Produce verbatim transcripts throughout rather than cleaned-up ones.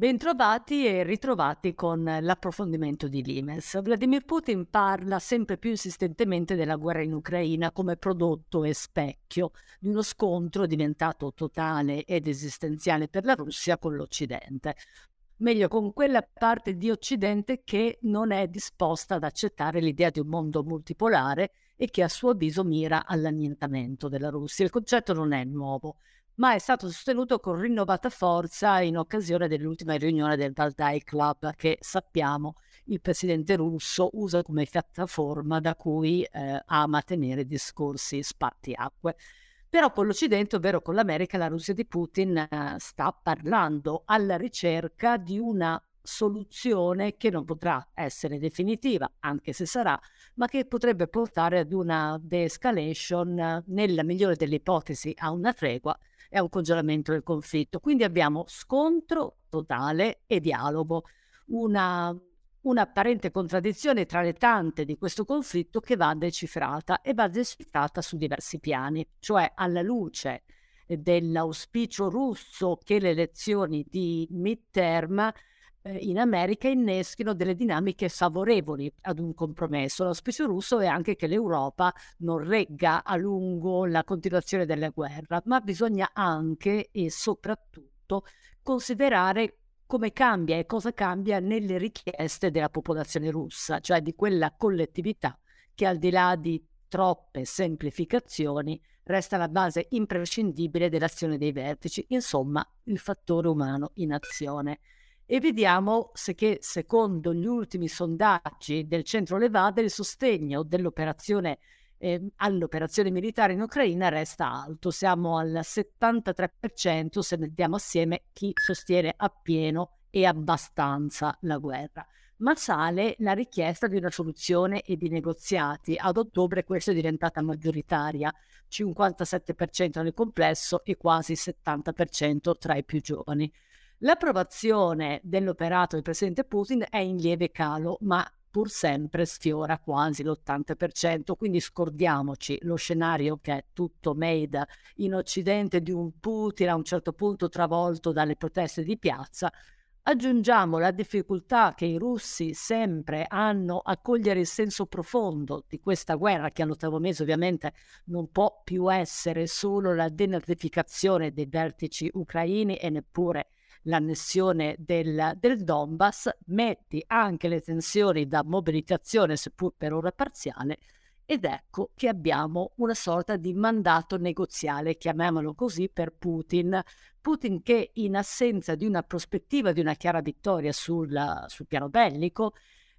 Bentrovati e ritrovati con l'approfondimento di Limes. Vladimir Putin parla sempre più insistentemente della guerra in Ucraina come prodotto e specchio di uno scontro diventato totale ed esistenziale per la Russia con l'Occidente. Meglio, con quella parte di Occidente che non è disposta ad accettare l'idea di un mondo multipolare e che a suo avviso mira all'annientamento della Russia. Il concetto non è nuovo, ma è stato sostenuto con rinnovata forza in occasione dell'ultima riunione del Valdai Club, che sappiamo il presidente russo usa come piattaforma da cui eh, ama tenere discorsi spartiacque. Però con l'Occidente, ovvero con l'America, la Russia di Putin eh, sta parlando alla ricerca di una soluzione che non potrà essere definitiva, anche se sarà, ma che potrebbe portare ad una de-escalation, eh, nella migliore delle ipotesi a una tregua e a un congelamento del conflitto. Quindi abbiamo scontro totale e dialogo, una, un'apparente contraddizione tra le tante di questo conflitto che va decifrata e va decifrata su diversi piani, cioè alla luce dell'auspicio russo che le elezioni di midterm eh, in America inneschino delle dinamiche favorevoli ad un compromesso. L'auspicio russo è anche che l'Europa non regga a lungo la continuazione della guerra, ma bisogna anche e soprattutto considerare come cambia e cosa cambia nelle richieste della popolazione russa, cioè di quella collettività che al di là di troppe semplificazioni resta la base imprescindibile dell'azione dei vertici, insomma il fattore umano in azione. E vediamo se che secondo gli ultimi sondaggi del centro Levada il sostegno dell'operazione eh, all'operazione militare in Ucraina resta alto, siamo al settantatré per cento se mettiamo assieme chi sostiene appieno e abbastanza la guerra. Ma sale la richiesta di una soluzione e di negoziati. Ad ottobre questa è diventata maggioritaria, cinquantasette per cento nel complesso e quasi settanta per cento tra i più giovani. L'approvazione dell'operato del presidente Putin è in lieve calo, ma pur sempre sfiora quasi l'ottanta per cento, quindi scordiamoci lo scenario che è tutto made in Occidente di un Putin a un certo punto travolto dalle proteste di piazza. Aggiungiamo la difficoltà che i russi sempre hanno a cogliere il senso profondo di questa guerra, che all'ottavo mese ovviamente non può più essere solo la denazificazione dei vertici ucraini e neppure l'annessione del, del Donbass, metti anche le tensioni da mobilitazione, seppur per ora parziale, ed ecco che abbiamo una sorta di mandato negoziale, chiamiamolo così, per Putin. Putin che in assenza di una prospettiva di una chiara vittoria sul, sul piano bellico,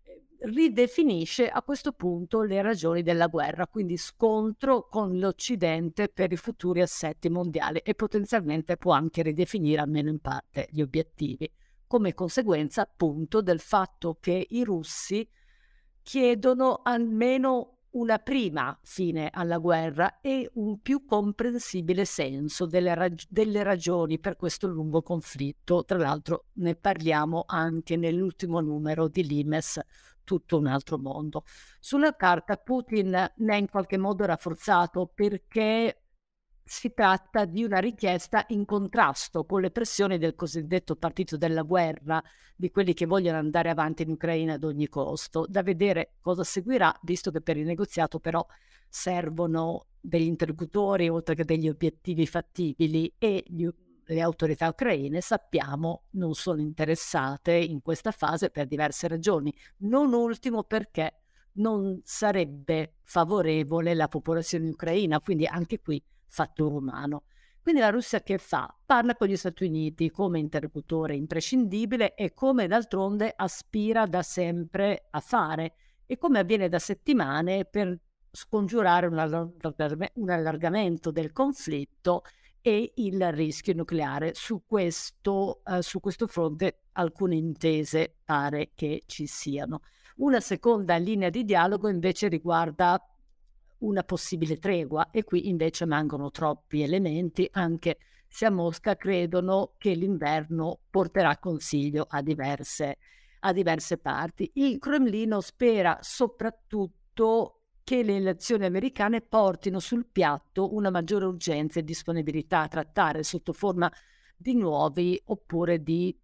ridefinisce a questo punto le ragioni della guerra, quindi scontro con l'Occidente per i futuri assetti mondiali e potenzialmente può anche ridefinire almeno in parte gli obiettivi, come conseguenza appunto del fatto che i russi chiedono almeno una prima fine alla guerra e un più comprensibile senso delle, rag- delle ragioni per questo lungo conflitto. Tra l'altro ne parliamo anche nell'ultimo numero di Limes, tutto un altro mondo. Sulla carta Putin ne è in qualche modo rafforzato perché si tratta di una richiesta in contrasto con le pressioni del cosiddetto partito della guerra, di quelli che vogliono andare avanti in Ucraina ad ogni costo. Da vedere cosa seguirà, visto che per il negoziato però servono degli interlocutori oltre che degli obiettivi fattibili e gli, le autorità ucraine, sappiamo, non sono interessate in questa fase per diverse ragioni, non ultimo perché non sarebbe favorevole la popolazione ucraina, quindi anche qui fattore umano. Quindi la Russia che fa? Parla con gli Stati Uniti come interlocutore imprescindibile e come d'altronde aspira da sempre a fare e come avviene da settimane per scongiurare un, allarg- un allargamento del conflitto e il rischio nucleare. Su questo, eh, su questo fronte alcune intese pare che ci siano. Una seconda linea di dialogo invece riguarda una possibile tregua e qui invece mancano troppi elementi, anche se a Mosca credono che l'inverno porterà consiglio a diverse, a diverse parti. Il Cremlino spera soprattutto che le elezioni americane portino sul piatto una maggiore urgenza e disponibilità a trattare sotto forma di nuovi oppure di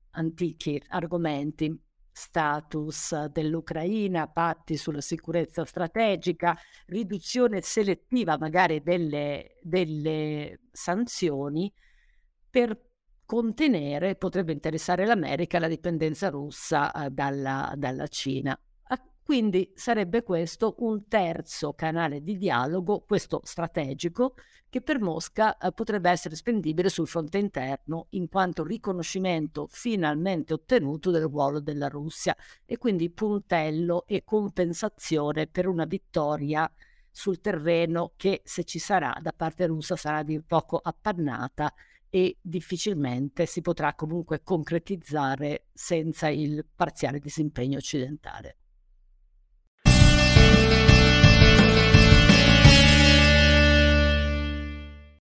antichi argomenti: status dell'Ucraina, patti sulla sicurezza strategica, riduzione selettiva magari delle, delle sanzioni per contenere, potrebbe interessare l'America, la dipendenza russa eh, dalla, dalla Cina. Ah, Quindi sarebbe questo un terzo canale di dialogo, questo strategico, che per Mosca eh, potrebbe essere spendibile sul fronte interno, in quanto riconoscimento finalmente ottenuto del ruolo della Russia e quindi puntello e compensazione per una vittoria sul terreno che, se ci sarà da parte russa, sarà a dir poco appannata e difficilmente si potrà comunque concretizzare senza il parziale disimpegno occidentale.